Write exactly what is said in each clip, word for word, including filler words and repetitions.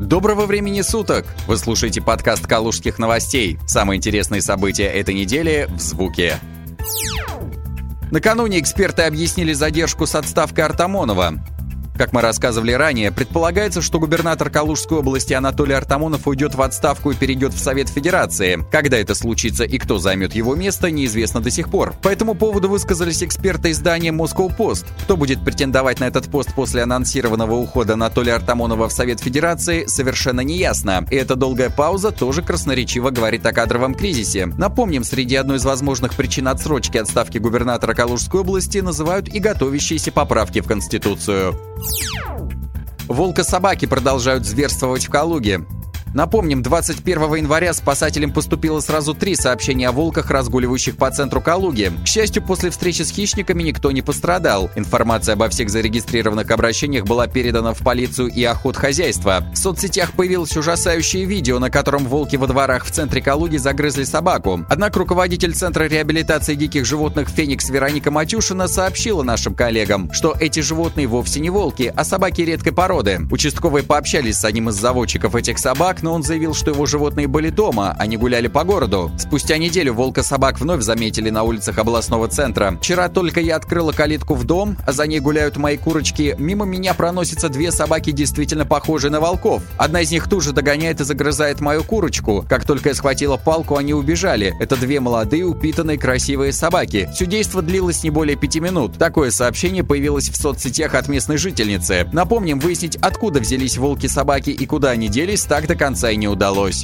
Доброго времени суток! Вы слушаете подкаст Калужских новостей. Самые интересные события этой недели в звуке. Накануне эксперты объяснили задержку с отставкой Артамонова. Как мы рассказывали ранее, предполагается, что губернатор Калужской области Анатолий Артамонов уйдет в отставку и перейдет в Совет Федерации. Когда это случится и кто займет его место, неизвестно до сих пор. По этому поводу высказались эксперты издания Moscow Post. Кто будет претендовать на этот пост после анонсированного ухода Анатолия Артамонова в Совет Федерации, совершенно неясно. И эта долгая пауза тоже красноречиво говорит о кадровом кризисе. Напомним, среди одной из возможных причин отсрочки отставки губернатора Калужской области называют и готовящиеся поправки в Конституцию. Волка-собаки продолжают зверствовать в Калуге. Напомним, двадцать первого января спасателям поступило сразу три сообщения о волках, разгуливающих по центру Калуги. К счастью, после встречи с хищниками никто не пострадал. Информация обо всех зарегистрированных обращениях была передана в полицию и охотхозяйство. В соцсетях появилось ужасающее видео, на котором волки во дворах в центре Калуги загрызли собаку. Однако руководитель Центра реабилитации диких животных «Феникс» Вероника Матюшина сообщила нашим коллегам, что эти животные вовсе не волки, а собаки редкой породы. Участковые пообщались с одним из заводчиков этих собак, но он заявил, что его животные были дома, а не гуляли по городу. Спустя неделю волка-собак вновь заметили на улицах областного центра. Вчера только я открыла калитку в дом, а за ней гуляют мои курочки. Мимо меня проносятся две собаки, действительно похожие на волков. Одна из них тут же догоняет и загрызает мою курочку. Как только я схватила палку, они убежали. Это две молодые, упитанные, красивые собаки. Все действо длилось не более пяти минут. Такое сообщение появилось в соцсетях от местной жительницы. Напомним, выяснить, откуда взялись волки-собаки и куда они делись, так до конца конца и не удалось.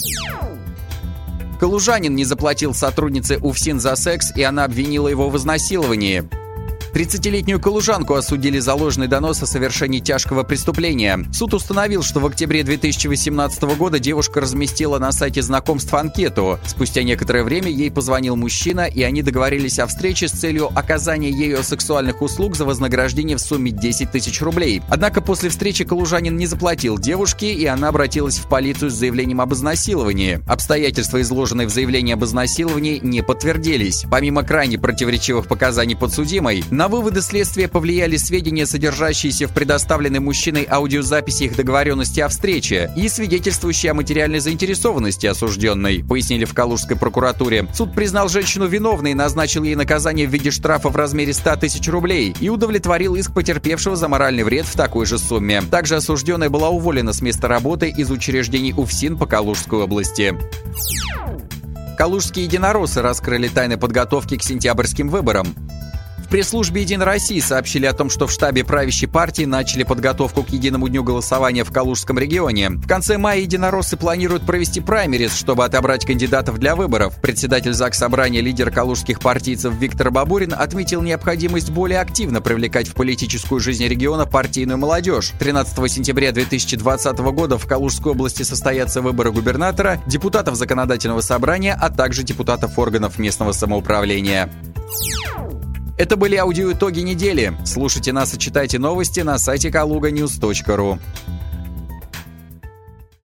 Калужанин не заплатил сотруднице УФСИН за секс, и она обвинила его в изнасиловании. тридцатилетнюю калужанку осудили за ложный донос о совершении тяжкого преступления. Суд установил, что в октябре две тысячи восемнадцатого года девушка разместила на сайте знакомств анкету. Спустя некоторое время ей позвонил мужчина, и они договорились о встрече с целью оказания ею сексуальных услуг за вознаграждение в сумме десять тысяч рублей. Однако после встречи калужанин не заплатил девушке, и она обратилась в полицию с заявлением об изнасиловании. Обстоятельства, изложенные в заявлении об изнасиловании, не подтвердились. Помимо крайне противоречивых показаний подсудимой, на выводы следствия повлияли сведения, содержащиеся в предоставленной мужчиной аудиозаписи их договоренности о встрече и свидетельствующие о материальной заинтересованности осужденной, пояснили в Калужской прокуратуре. Суд признал женщину виновной и назначил ей наказание в виде штрафа в размере ста тысяч рублей и удовлетворил иск потерпевшего за моральный вред в такой же сумме. Также осужденная была уволена с места работы из учреждений УФСИН по Калужской области. Калужские единороссы раскрыли тайны подготовки к сентябрьским выборам. В пресс-службе «Единой России» сообщили о том, что в штабе правящей партии начали подготовку к единому дню голосования в Калужском регионе. В конце мая единороссы планируют провести праймериз, чтобы отобрать кандидатов для выборов. Председатель Заксобрания, лидер калужских партийцев Виктор Бабурин отметил необходимость более активно привлекать в политическую жизнь региона партийную молодежь. тринадцатого сентября две тысячи двадцатого года в Калужской области состоятся выборы губернатора, депутатов законодательного собрания, а также депутатов органов местного самоуправления. Это были аудиоитоги недели. Слушайте нас и читайте новости на сайте калуга ньюс точка ру.